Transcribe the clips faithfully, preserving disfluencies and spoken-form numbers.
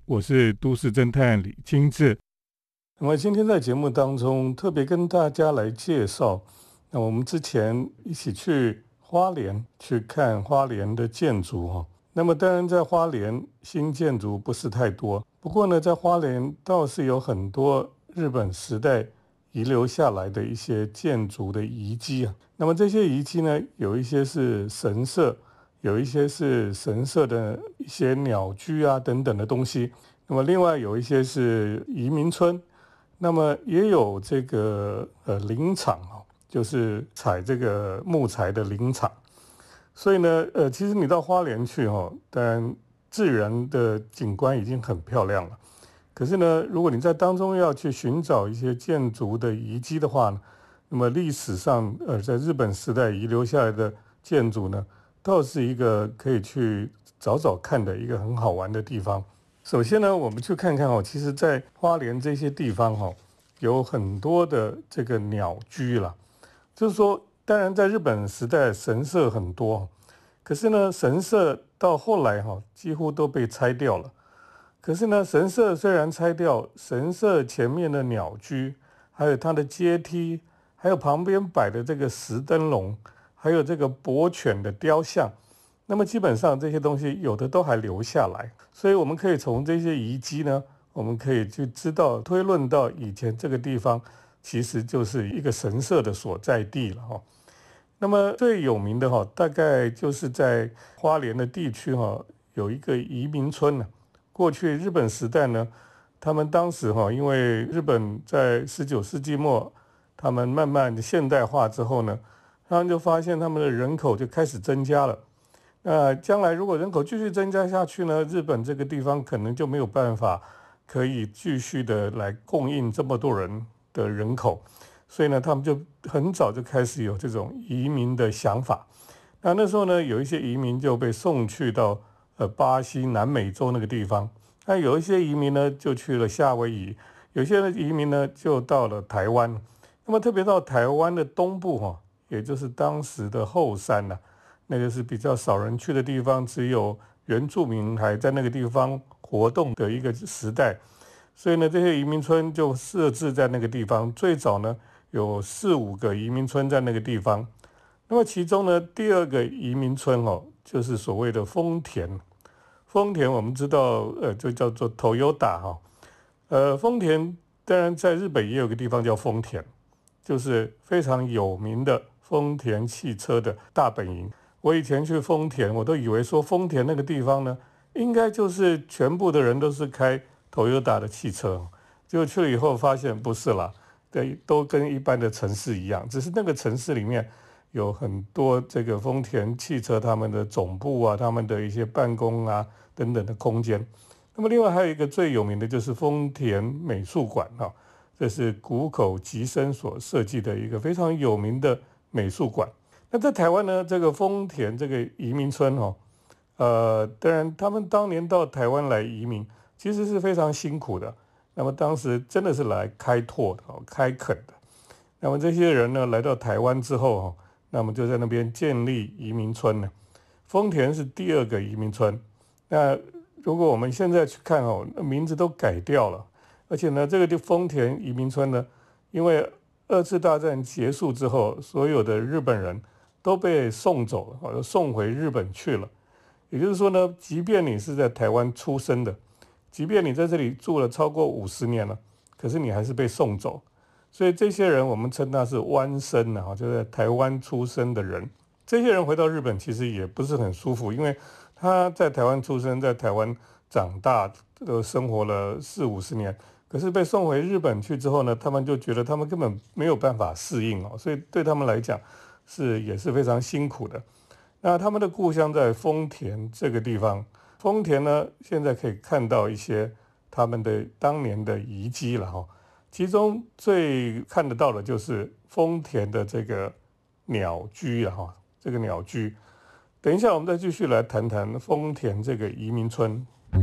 我是都市侦探李清志。那么今天在节目当中特别跟大家来介绍，那我们之前一起去花莲去看花莲的建筑哈。那么当然在花莲新建筑不是太多，不过呢在花莲倒是有很多日本时代遗留下来的一些建筑的遗迹啊。那么这些遗迹呢，有一些是神社，有一些是神社的一些鸟居啊等等的东西。那么另外有一些是移民村，那么也有这个呃林场哦，就是采这个木材的林场。所以呢，呃，其实你到花莲去哦，当然自然的景观已经很漂亮了。可是呢，如果你在当中要去寻找一些建筑的遗迹的话呢，那么历史上呃在日本时代遗留下来的建筑呢，倒是一个可以去找找看的一个很好玩的地方。首先呢，我们去看看哦，其实在花莲这些地方哦，有很多的这个鸟居啦。就是说，当然在日本时代神社很多，可是呢，神社到后来哈、哦、几乎都被拆掉了。可是呢，神社虽然拆掉，神社前面的鸟居，还有它的阶梯，还有旁边摆的这个石灯笼，还有这个伯犬的雕像，那么基本上这些东西有的都还留下来。所以我们可以从这些遗迹呢，我们可以去知道推论到以前这个地方其实就是一个神社的所在地了哈。那么最有名的哈，大概就是在花莲的地区哈，有一个移民村呢。过去日本时代呢，他们当时哈，因为日本在十九世纪末，他们慢慢现代化之后呢，他们就发现他们的人口就开始增加了。那将来如果人口继续增加下去呢，日本这个地方可能就没有办法可以继续的来供应这么多人的人口，所以呢，他们就很早就开始有这种移民的想法。那那时候呢，有一些移民就被送去到呃巴西、南美洲那个地方，那有一些移民呢就去了夏威夷，有些移民呢就到了台湾。那么特别到台湾的东部哈、哦，也就是当时的后山呐、啊，那个是比较少人去的地方，只有原住民还在那个地方活动的一个时代。所以呢，这些移民村就设置在那个地方。最早呢有四五个移民村在那个地方。那么其中呢，第二个移民村哦，就是所谓的丰田。丰田我们知道，呃，就叫做 Toyota 哈，呃，丰田当然在日本也有个地方叫丰田，就是非常有名的丰田汽车的大本营。我以前去丰田，我都以为说丰田那个地方呢，应该就是全部的人都是开 Toyota 的汽车，结果去了以后发现不是啦，对，都跟一般的城市一样，只是那个城市里面有很多这个丰田汽车他们的总部啊，他们的一些办公啊等等的空间。那么另外还有一个最有名的就是丰田美术馆啊，这是谷口吉生所设计的一个非常有名的美术馆。那在台湾呢，这个丰田这个移民村哦，呃，当然他们当年到台湾来移民，其实是非常辛苦的。那么当时真的是来开拓的、开垦的。那么这些人呢，来到台湾之后哈，那么就在那边建立移民村呢。丰田是第二个移民村。那如果我们现在去看哦，名字都改掉了，而且呢，这个丰田移民村呢，因为二次大战结束之后，所有的日本人都被送走了，送回日本去了。也就是说呢，即便你是在台湾出生的，即便你在这里住了超过五十年了，可是你还是被送走。所以这些人我们称他是湾生啊，就在台湾出生的人。这些人回到日本其实也不是很舒服，因为他在台湾出生，在台湾长大，都生活了四五十年。可是被送回日本去之后呢，他们就觉得他们根本没有办法适应哦，所以对他们来讲是也是非常辛苦的。那他们的故乡在丰田这个地方，丰田呢现在可以看到一些他们的当年的遗迹了哈。其中最看得到的就是丰田的这个鸟居了哈，这个鸟居。等一下我们再继续来谈谈丰田这个移民村。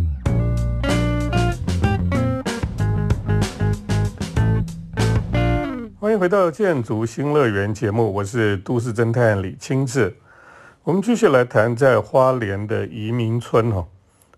欢迎回到建筑新乐园节目，我是都市侦探李清志。我们继续来谈在花莲的移民村哈。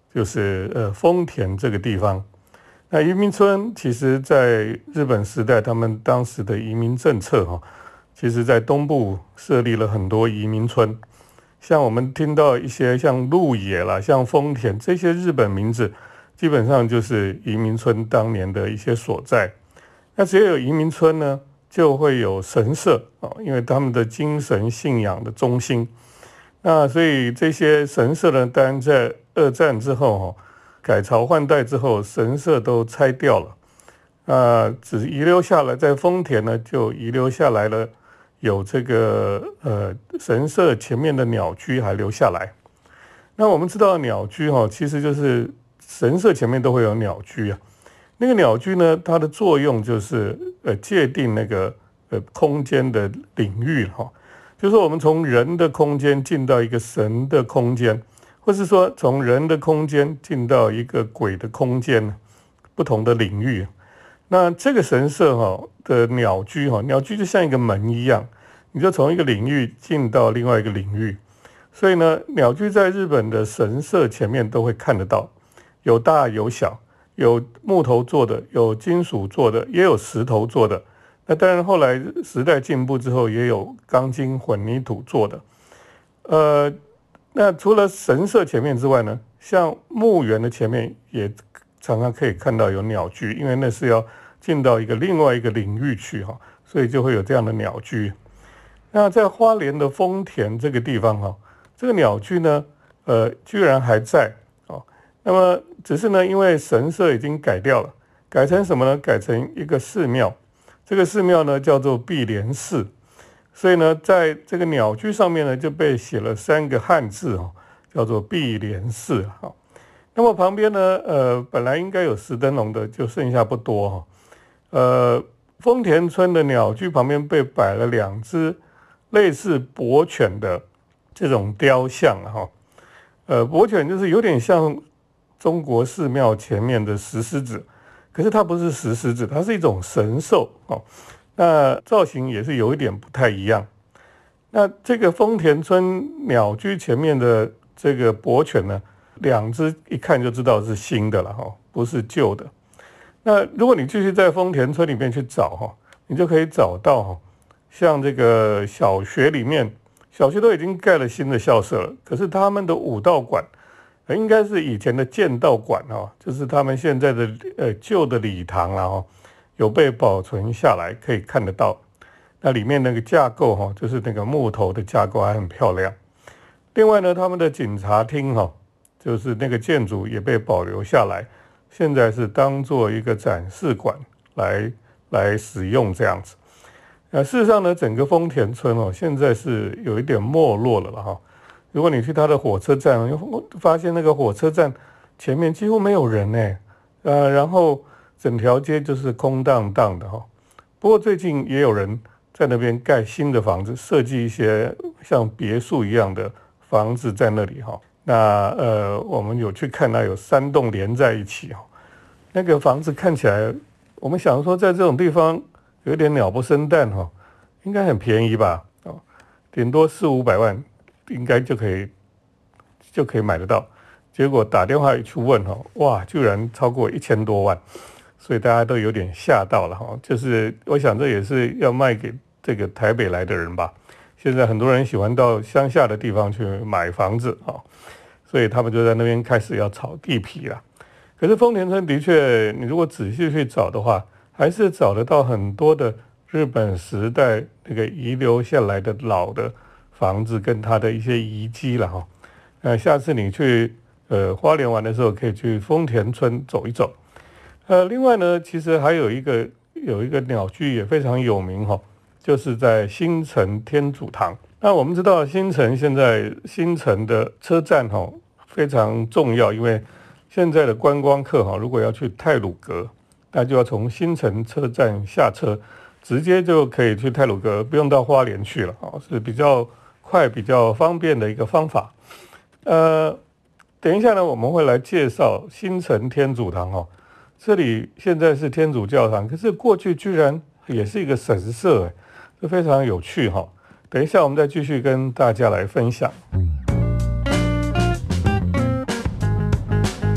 就是呃丰田这个地方。那移民村其实在日本时代，他们当时的移民政策哈，其实在东部设立了很多移民村，像我们听到一些像鹿野啦、像丰田这些日本名字，基本上就是移民村当年的一些所在。那只要有移民村呢，就会有神社啊，因为他们的精神信仰的中心。那所以这些神社呢，当然在二战之后哈，改朝换代之后，神社都拆掉了，啊，只遗留下来在丰田呢，就遗留下来了有这个呃神社前面的鸟居还留下来。那我们知道鸟居哈，其实就是神社前面都会有鸟居啊。那个鸟居呢，它的作用就是呃界定那个呃空间的领域哈，就是说我们从人的空间进到一个神的空间，或是说从人的空间进到一个鬼的空间，不同的领域。那这个神社哈的鸟居哈，鸟居就像一个门一样，你就从一个领域进到另外一个领域。所以呢，鸟居在日本的神社前面都会看得到，有大有小。有木头做的，有金属做的，也有石头做的。那当然，后来时代进步之后，也有钢筋混凝土做的。呃，那除了神社前面之外呢，像墓园的前面也常常可以看到有鸟居，因为那是要进到一个另外一个领域去哈，所以就会有这样的鸟居。那在花莲的丰田这个地方哈，这个鸟居呢，呃，居然还在哦。那么只是呢，因为神社已经改掉了，改成什么呢？改成一个寺庙。这个寺庙呢叫做碧莲寺，所以呢，在这个鸟居上面呢就被写了三个汉字哦，叫做碧莲寺哈。那么旁边呢，呃，本来应该有石灯笼的，就剩下不多哈。呃，丰田村的鸟居旁边被摆了两只类似伯犬的这种雕像哈。呃，伯犬就是有点像中国寺庙前面的石狮子，可是它不是石狮子，它是一种神兽哦。那造型也是有一点不太一样。那这个丰田村鸟居前面的这个伯犬呢，两只一看就知道是新的了哈，不是旧的。那如果你继续在丰田村里面去找哈，你就可以找到哈，像这个小学里面，小学都已经盖了新的校舍了，可是他们的武道馆应该是以前的剑道馆哦，就是他们现在的呃旧的礼堂啦哦，有被保存下来，可以看得到。那里面那个架构哈，就是那个木头的架构还很漂亮。另外呢，他们的警察厅哈，就是那个建筑也被保留下来，现在是当做一个展示馆来来使用这样子。那事实上呢，整个丰田村哦，现在是有一点没落了了哈。如果你去它的火车站，发现那个火车站前面几乎没有人呢，呃，然后整条街就是空荡荡的哈。不过最近也有人在那边盖新的房子，设计一些像别墅一样的房子在那里哈。那呃，我们有去看到有三栋连在一起哈，那个房子看起来，我们想说在这种地方有点鸟不生蛋哈，应该很便宜吧？哦，顶多四五百万。应该就可以就可以买得到，结果打电话去问哈，哇，居然超过一千多万，所以大家都有点吓到了哈。就是我想这也是要卖给这个台北来的人吧。现在很多人喜欢到乡下的地方去买房子哈，所以他们就在那边开始要炒地皮了。可是丰田村的确，你如果仔细去找的话，还是找得到很多的日本时代那个遗留下来的老的房子跟它的一些遗迹了哈。呃，下次你去呃花莲玩的时候，可以去丰田村走一走。呃，另外呢，其实还有一个有一个鸟居也非常有名哈，就是在新城天主堂。那我们知道新城现在新城的车站哈非常重要，因为现在的观光客哈，如果要去太鲁阁，那就要从新城车站下车，直接就可以去太鲁阁，不用到花莲去了啊，是比较快、比较方便的一个方法。呃，等一下呢，我们会来介绍新城天主堂哈。这里现在是天主教堂，可是过去居然也是一个神社，这非常有趣哈。等一下我们再继续跟大家来分享。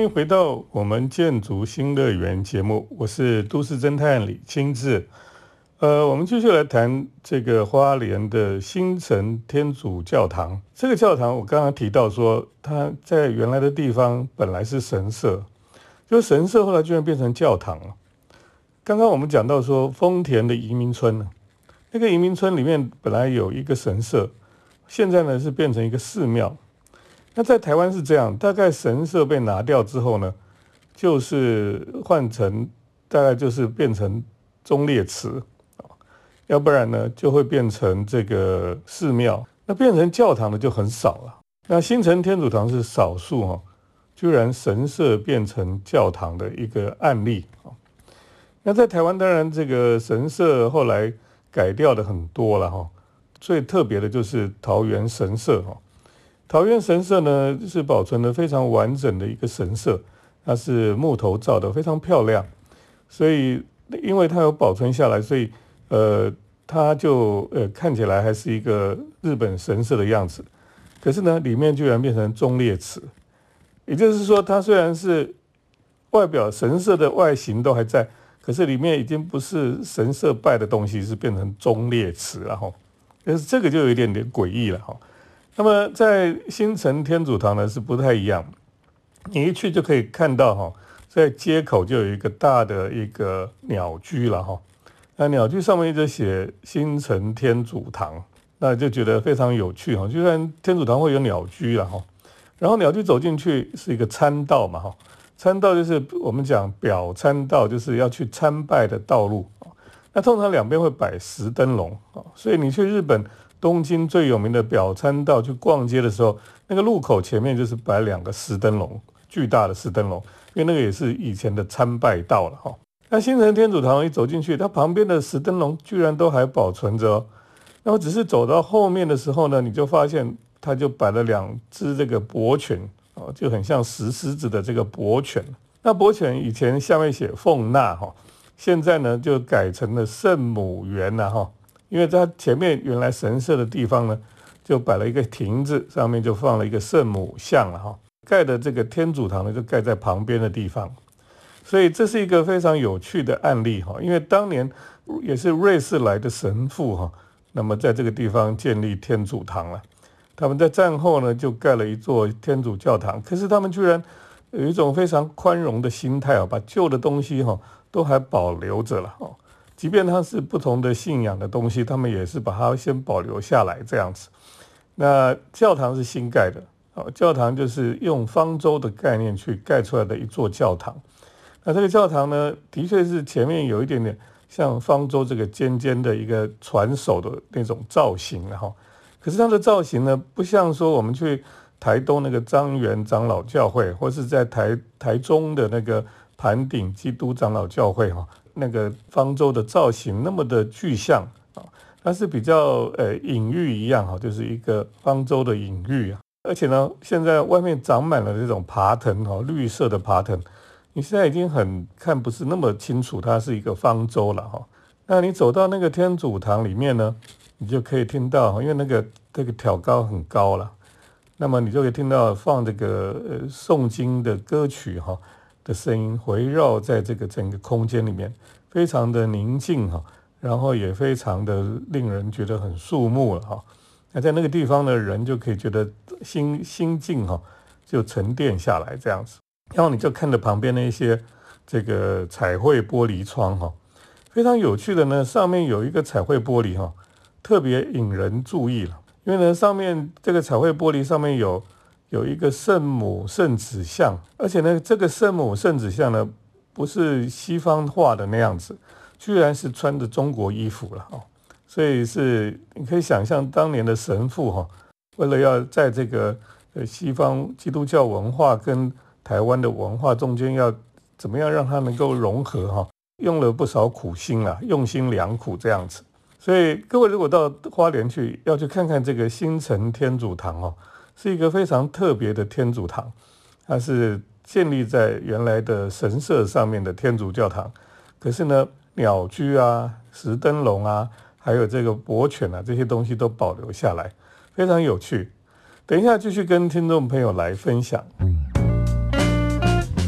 迎回到我们建筑新乐园节目，我是都市侦探李清志。呃，我们继续来谈这个花莲的新城天主教堂。这个教堂我刚刚提到说，它在原来的地方本来是神社，就神社后来居然变成教堂了。刚刚我们讲到说，丰田的移民村，那个移民村里面本来有一个神社，现在呢是变成一个寺庙。那在台湾是这样，大概神社被拿掉之后呢，就是换成大概就是变成忠烈祠，要不然呢就会变成这个寺庙。那变成教堂的就很少了。那新城天主堂是少数哦，居然神社变成教堂的一个案例。那在台湾当然这个神社后来改掉的很多了哈，最特别的就是桃园神社哈。桃园神社呢是保存的非常完整的一个神社，它是木头造的，非常漂亮。所以因为它有保存下来，所以呃它就呃看起来还是一个日本神社的样子。可是呢，里面居然变成忠烈祠，也就是说，它虽然是外表神社的外形都还在，可是里面已经不是神社拜的东西，是变成忠烈祠了哈。但是这个就有一点点诡异了哈。那么在新城天主堂呢是不太一样，你一去就可以看到哈，在街口就有一个大的一个鸟居了哈。那鸟居上面一直写新城天主堂，那就觉得非常有趣哈。居然天主堂会有鸟居了哈。然后鸟居走进去是一个参道嘛哈，参道就是我们讲表参道，就是要去参拜的道路。那通常两边会摆石灯笼，所以你去日本东京最有名的表参道去逛街的时候，那个路口前面就是摆两个石灯笼，巨大的石灯笼，因为那个也是以前的参拜道了哈。那新城天主堂一走进去，它旁边的石灯笼居然都还保存着哦。然后只是走到后面的时候呢，你就发现它就摆了两只这个伯犬，就很像石狮子的这个伯犬。那伯犬以前下面写奉纳哈，现在呢就改成了圣母园了哈。因为它前面原来神社的地方呢，就摆了一个亭子，上面就放了一个圣母像了哈。盖的这个天主堂呢，就盖在旁边的地方，所以这是一个非常有趣的案例哈。因为当年也是瑞士来的神父哈，那么在这个地方建立天主堂了。他们在战后呢，就盖了一座天主教堂，可是他们居然有一种非常宽容的心态啊，把旧的东西哈都还保留着了哈。即便它是不同的信仰的东西，他们也是把它先保留下来这样子。那教堂是新盖的，教堂就是用方舟的概念去盖出来的一座教堂。那这个教堂呢，的确是前面有一点点像方舟这个尖尖的一个船首的那种造型哈。可是它的造型呢，不像说我们去台东那个张园长老教会，或是在台台中的那个盘顶基督长老教会哈。那个方舟的造型那么的具象啊，它是比较呃隐喻一样哈，就是一个方舟的隐喻啊。而且呢，现在外面长满了这种爬藤哈，绿色的爬藤，你现在已经很看不是那么清楚它是一个方舟了哈。那你走到那个天主堂里面呢，你就可以听到，因为那个这个挑高很高了，那么你就可以听到放这个呃诵经的歌曲哈。的声音围绕在这个整个空间里面，非常的宁静哈，然后也非常的令人觉得很肃穆了哈。那在那个地方呢，人就可以觉得心心境哈就沉淀下来这样子。然后你就看着旁边那些这个彩绘玻璃窗哈，非常有趣的呢，上面有一个彩绘玻璃哈，特别引人注意了，因为呢上面这个彩绘玻璃上面有。有一个圣母圣子像，而且呢，这个圣母圣子像呢，不是西方画的那样子，居然是穿着中国衣服了哦。所以是你可以想象当年的神父哈，为了要在这个呃西方基督教文化跟台湾的文化中间要怎么样让它能够融合哈，用了不少苦心啊，用心良苦这样子。所以各位如果到花莲去，要去看看这个新城天主堂哦。是一个非常特别的天主堂，它是建立在原来的神社上面的天主教堂。可是呢，鸟居啊、石灯笼啊，还有这个伯犬啊，这些东西都保留下来，非常有趣。等一下继续跟听众朋友来分享。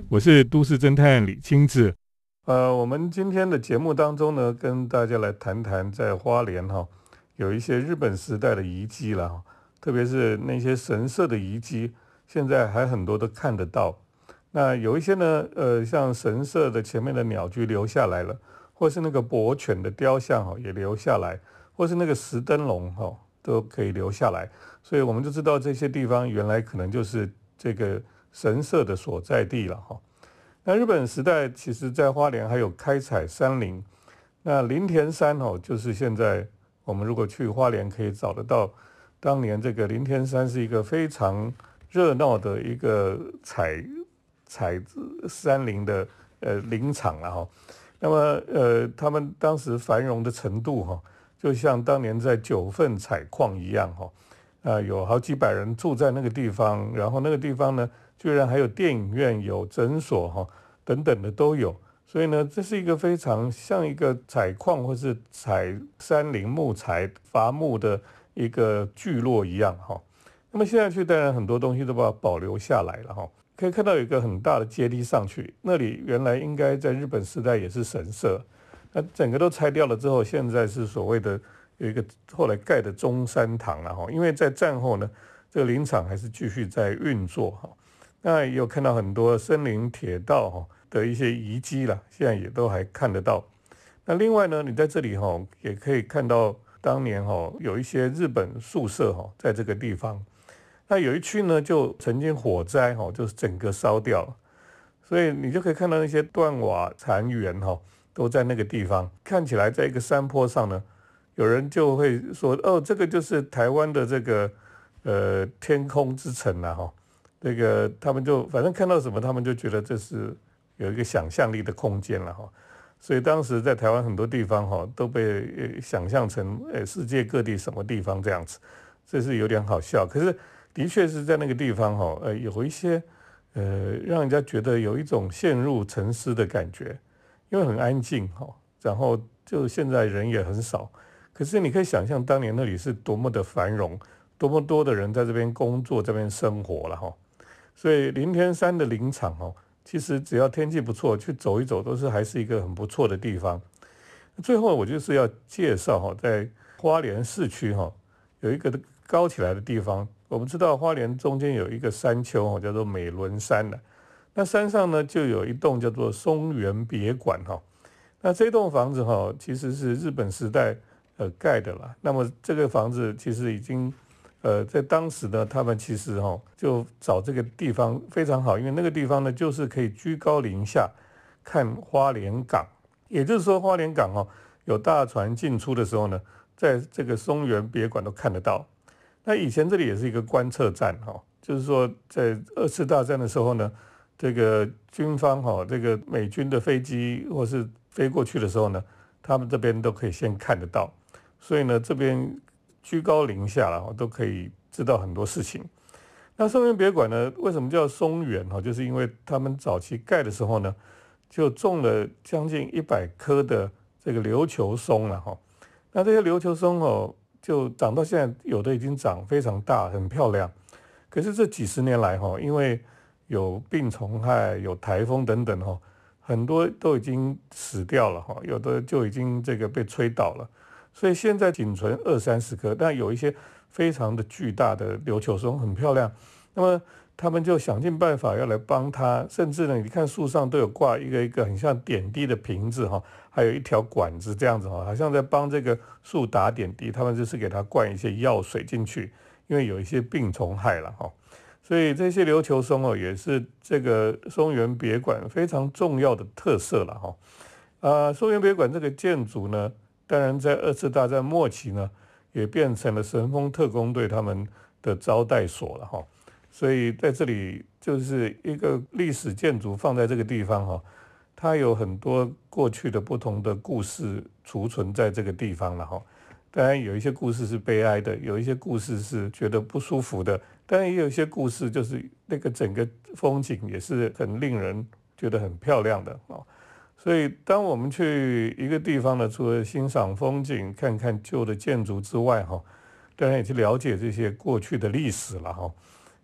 我是都市侦探李清志。呃，我们今天的节目当中呢，跟大家来谈谈在花莲哈、哦、有一些日本时代的遗迹啦，特别是那些神社的遗迹，现在还很多都看得到。那有一些呢，呃，像神社的前面的鸟居留下来了，或是那个伯犬的雕像哈、哦、也留下来，或是那个石灯笼哈、哦、都可以留下来。所以我们就知道这些地方原来可能就是这个神社的所在地了哈、哦。那日本时代其实在花莲还有开采山林，那林田山哦，就是现在我们如果去花莲可以找得到，当年这个林田山是一个非常热闹的一个采采山林的呃林场了哈。那么呃他们当时繁荣的程度哈，就像当年在九份采矿一样哈，啊有好几百人住在那个地方，然后那个地方呢居然还有电影院、有诊所哈。等等的都有，所以呢，这是一个非常像一个采矿或是采山林木材伐木的一个聚落一样哈。那么现在去，当然很多东西都把它保留下来了哈。可以看到有一个很大的阶梯上去，那里原来应该在日本时代也是神社，那整个都拆掉了之后，现在是所谓的有一个后来盖的中山堂了哈。因为在战后呢，这个林场还是继续在运作哈。那也有看到很多森林铁道哈。的一些遗迹啦，现在也都还看得到。那另外呢，你在这里哈、哦、也可以看到当年哈、哦、有一些日本宿舍哈、哦、在这个地方。那有一区呢就曾经火灾哈、哦，就是整个烧掉了，所以你就可以看到那些断瓦残垣哈、哦、都在那个地方。看起来在一个山坡上呢，有人就会说哦，这个就是台湾的这个呃天空之城啦哈、哦。这个他们就反正看到什么，他们就觉得这是。有一个想象力的空间了哈，所以当时在台湾很多地方哈都被想象成呃世界各地什么地方这样子，这是有点好笑。可是的确是在那个地方哈，呃有一些呃让人家觉得有一种陷入沉思的感觉，因为很安静哈，然后就现在人也很少，可是你可以想象当年那里是多么的繁荣，多么多的人在这边工作，这边生活了哈。所以林田山的林场哦。其实只要天气不错，去走一走都是还是一个很不错的地方。最后我就是要介绍哈，在花莲市区哈有一个高起来的地方。我们知道花莲中间有一个山丘叫做美仑山的，那山上呢就有一栋叫做松原别馆哈。那这栋房子哈其实是日本时代呃盖的啦。那么这个房子其实已经。呃，在当时呢，他们其实哈、哦、就找这个地方非常好，因为那个地方呢就是可以居高临下看花莲港，也就是说花莲港哦有大船进出的时候呢，在这个松原别馆都看得到。那以前这里也是一个观测站哈、哦，就是说在二次大战的时候呢，这个军方哈、哦、这个美军的飞机或是飞过去的时候呢，他们这边都可以先看得到，所以呢这边。居高临下了，都可以知道很多事情。那松原别馆呢，为什么叫松原？就是因为他们早期盖的时候呢，就种了将近一百棵的这个琉球松了哈。那这些琉球松哦，就长到现在，有的已经长非常大，很漂亮。可是这几十年来哈，因为有病虫害、有台风等等哈，很多都已经死掉了哈，有的就已经这个被吹倒了。所以现在仅存二三十棵，但有一些非常的巨大的琉球松，很漂亮。那么他们就想尽办法要来帮他，甚至呢，你看树上都有挂一个一个很像点滴的瓶子哈，还有一条管子这样子哈，好像在帮这个树打点滴。他们就是给它灌一些药水进去，因为有一些病虫害了哈。所以这些琉球松哦，也是这个松原别馆非常重要的特色了哈。啊，松原别馆这个建筑呢。当然，在二次大战末期呢，也变成了神风特攻队他们的招待所了哈。所以在这里就是一个历史建筑放在这个地方哈，它有很多过去的不同的故事储存在这个地方了哈。当然有一些故事是悲哀的，有一些故事是觉得不舒服的，当然也有一些故事就是那个整个风景也是很令人觉得很漂亮的啊。所以，当我们去一个地方呢，除了欣赏风景、看看旧的建筑之外，哈，当然也去了解这些过去的历史了，哈。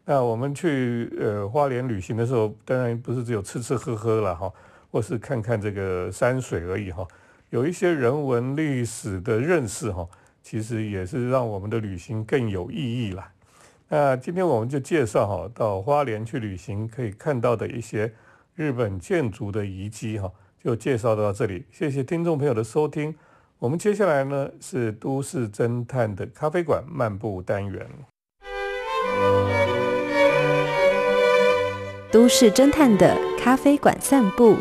那我们去呃花莲旅行的时候，当然不是只有吃吃喝喝了哈，或是看看这个山水而已哈，有一些人文历史的认识哈，其实也是让我们的旅行更有意义啦。那今天我们就介绍哈，到花莲去旅行可以看到的一些日本建筑的遗迹哈，就介绍到这里。谢谢听众朋友的收听。我们接下来呢是都市侦探的咖啡馆漫步单元。 都市侦探的咖啡馆散步。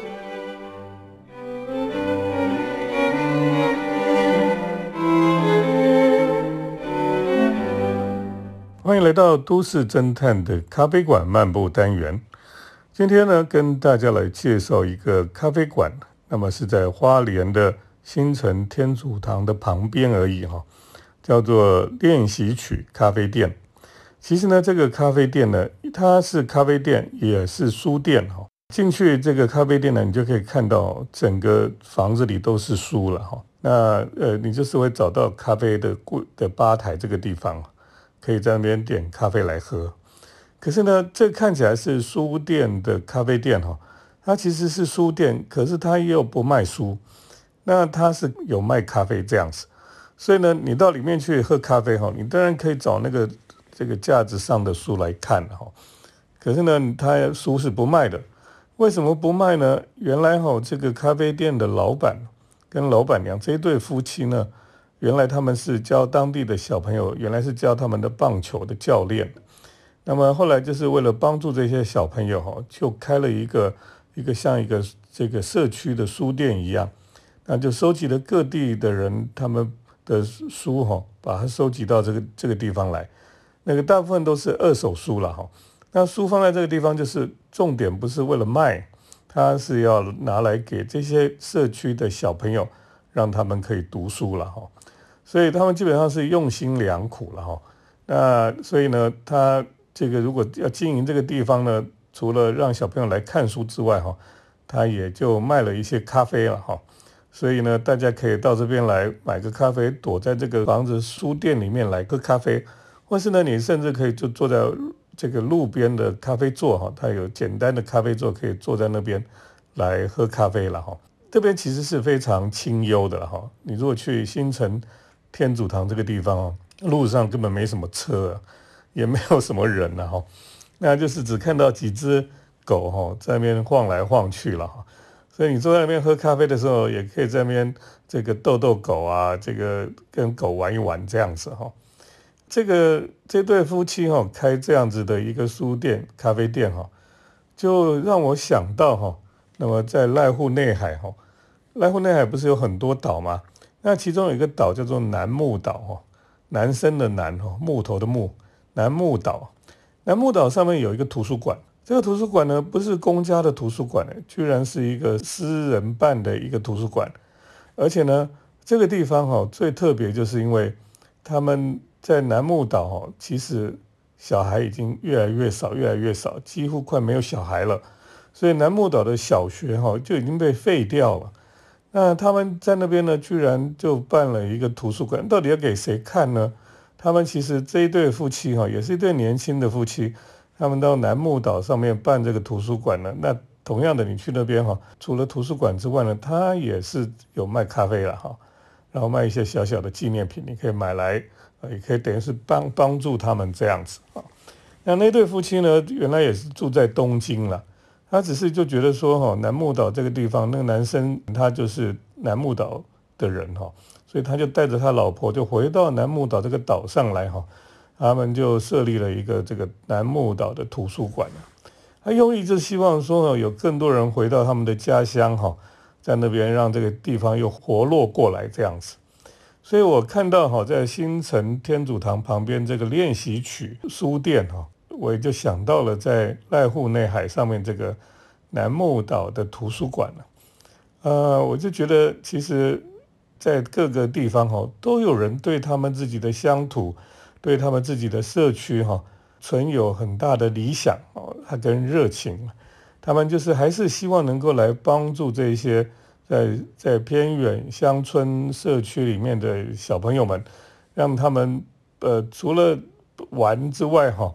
欢迎来到都市侦探的咖啡馆漫步单元。今天呢，跟大家来介绍一个咖啡馆，那么是在花莲的新城天主堂的旁边而已哈，叫做练习曲咖啡店。其实呢，这个咖啡店呢，它是咖啡店，也是书店哈。进去这个咖啡店呢，你就可以看到整个房子里都是书了哈。那呃，你就是会找到咖啡的柜的吧台这个地方，可以在那边点咖啡来喝。可是呢，这看起来是书店的咖啡店哈，它其实是书店，可是它又不卖书，那它是有卖咖啡这样子。所以呢，你到里面去喝咖啡哈，你当然可以找那个这个架子上的书来看哈，可是呢，它书是不卖的。为什么不卖呢？原来哈，这个咖啡店的老板跟老板娘这一对夫妻呢，原来他们是教当地的小朋友，原来是教他们的棒球的教练。那么后来就是为了帮助这些小朋友哈，就开了一个一个像一个这个社区的书店一样，那就收集了各地的人他们的书哈，把它收集到这个这个地方来。那个大部分都是二手书了哈，那书放在这个地方就是重点不是为了卖，它是要拿来给这些社区的小朋友，让他们可以读书了哈，所以他们基本上是用心良苦了哈。那所以呢，他这个如果要经营这个地方呢，除了让小朋友来看书之外哈，他也就卖了一些咖啡了哈。所以呢，大家可以到这边来买个咖啡，躲在这个房子书店里面来喝咖啡。或是呢，你甚至可以就坐在这个路边的咖啡座哈，它有简单的咖啡座，可以坐在那边来喝咖啡了哈。这边其实是非常清幽的哈。你如果去新城天主堂这个地方哦，路上根本没什么车啊，也没有什么人了哈，那就是只看到几只狗哈在那边晃来晃去了哈。所以你坐在那边喝咖啡的时候，也可以在那边这个逗逗狗啊，这个跟狗玩一玩这样子哈。这个这对夫妻哈开这样子的一个书店咖啡店哈，就让我想到哈，那么在濑户内海哈，濑户内海不是有很多岛吗？那其中有一个岛叫做男木岛哈，男生的男哈，木头的木，男木岛。男木岛上面有一个图书馆，这个图书馆呢不是公家的图书馆，居然是一个私人办的一个图书馆，而且呢，这个地方哈最特别就是因为他们在男木岛哦，其实小孩已经越来越少，越来越少，几乎快没有小孩了。所以男木岛的小学哈就已经被废掉了。那他们在那边呢，居然就办了一个图书馆，到底要给谁看呢？他们其实这一对夫妻哈，也是一对年轻的夫妻，他们到男木岛上面办这个图书馆呢。那同样的，你去那边哈，除了图书馆之外呢，他也是有卖咖啡了哈，然后卖一些小小的纪念品，你可以买来。也可以等于是帮帮助他们这样子啊。那那对夫妻呢，原来也是住在东京啦，他只是就觉得说哈，男木岛这个地方，那个男生他就是男木岛的人哈，所以他就带着他老婆就回到男木岛这个岛上来哈，他们就设立了一个这个男木岛的图书馆。他用意就希望说有更多人回到他们的家乡哈，在那边让这个地方又活络过来这样子。所以我看到哈，在新城天主堂旁边这个练习曲书店哈，我也就想到了在濑户内海上面这个男木岛的图书馆了。呃，我就觉得其实在各个地方哈，都有人对他们自己的乡土，对他们自己的社区哈，存有很大的理想哦，他跟热情，他们就是还是希望能够来帮助这些。在在偏远乡村社区里面的小朋友们，让他们呃除了玩之外哈，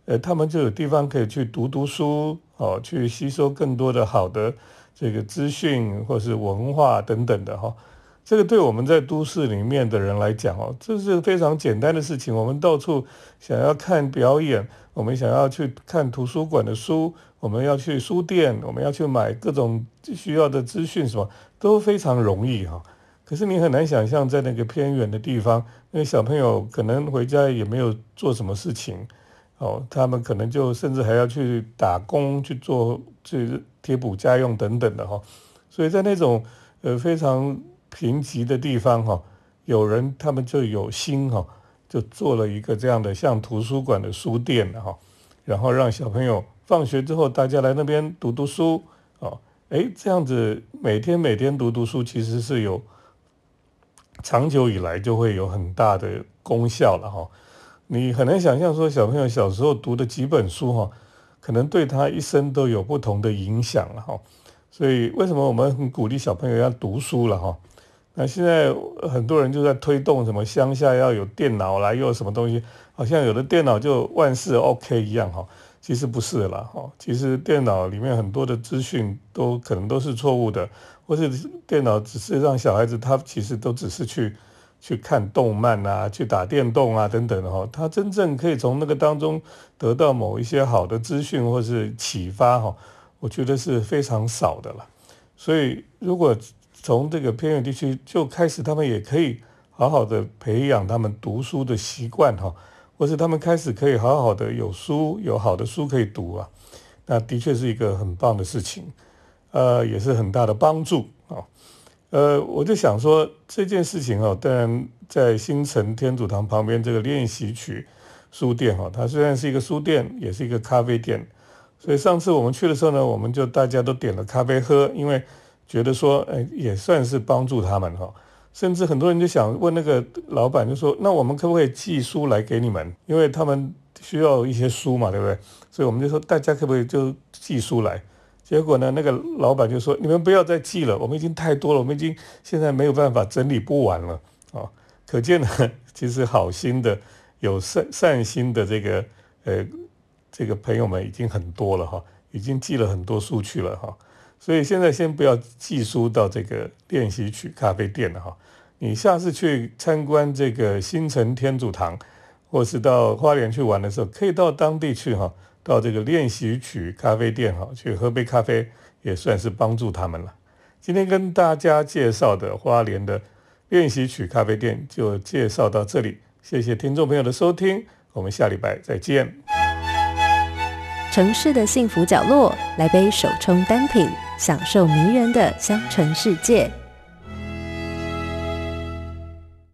呃，他们就有地方可以去读读书，哦，去吸收更多的好的这个资讯或是文化等等的哈、哦。这个对我们在都市里面的人来讲哦，这是非常简单的事情。我们到处想要看表演，我们想要去看图书馆的书，我们要去书店，我们要去买各种需要的资讯，什么都非常容易哈、哦。可是你很难想象，在那个偏远的地方，那个小朋友可能回家也没有做什么事情。哦，他们可能就甚至还要去打工去做去贴补家用等等的哈、哦，所以在那种呃非常贫瘠的地方哈、哦，有人他们就有心哈、哦，就做了一个这样的像图书馆的书店哈、哦，然后让小朋友放学之后大家来那边读读书哦，哎，这样子每天每天读读书其实是有长久以来就会有很大的功效了哈、哦。你很难想象说小朋友小时候读的几本书哈，可能对他一生都有不同的影响了哈。所以为什么我们很鼓励小朋友要读书了哈？那现在很多人就在推动什么乡下要有电脑啦，又有什么东西，好像有的电脑就万事 OK 一样哈。其实不是啦哈，其实电脑里面很多的资讯都可能都是错误的，或是电脑只是让小孩子他其实都只是去。去看动漫啊，去打电动啊，等等的哈，他真正可以从那个当中得到某一些好的资讯或是启发哈，我觉得是非常少的了。所以如果从这个偏远地区就开始，他们也可以好好的培养他们读书的习惯哈，或是他们开始可以好好的有书有好的书可以读啊，那的确是一个很棒的事情，呃，也是很大的帮助啊。呃，我就想说这件事情哦，当然在新城天主堂旁边这个练习曲书店哈，它虽然是一个书店，也是一个咖啡店，所以上次我们去的时候呢，我们就大家都点了咖啡喝，因为觉得说，哎，也算是帮助他们哈。甚至很多人就想问那个老板，就说，那我们可不可以寄书来给你们？因为他们需要一些书嘛，对不对？所以我们就说，大家可不可以就寄书来？结果呢，那个老板就说：“你们不要再寄了，我们已经太多了，我们已经现在没有办法整理不完了啊、哦！”可见呢，其实好心的、有善善心的这个呃这个朋友们已经很多了哈，已经寄了很多书去了哈。所以现在先不要寄书到这个练习曲咖啡店了哈。你下次去参观这个新城天主堂，或是到花莲去玩的时候，可以到当地去哈。到这个练习曲咖啡店哈，去喝杯咖啡，也算是帮助他们了。今天跟大家介绍的花莲的练习曲咖啡店就介绍到这里，谢谢听众朋友的收听，我们下礼拜再见。 城市的幸福角落，来杯手冲单品，享受迷人的香醇世界。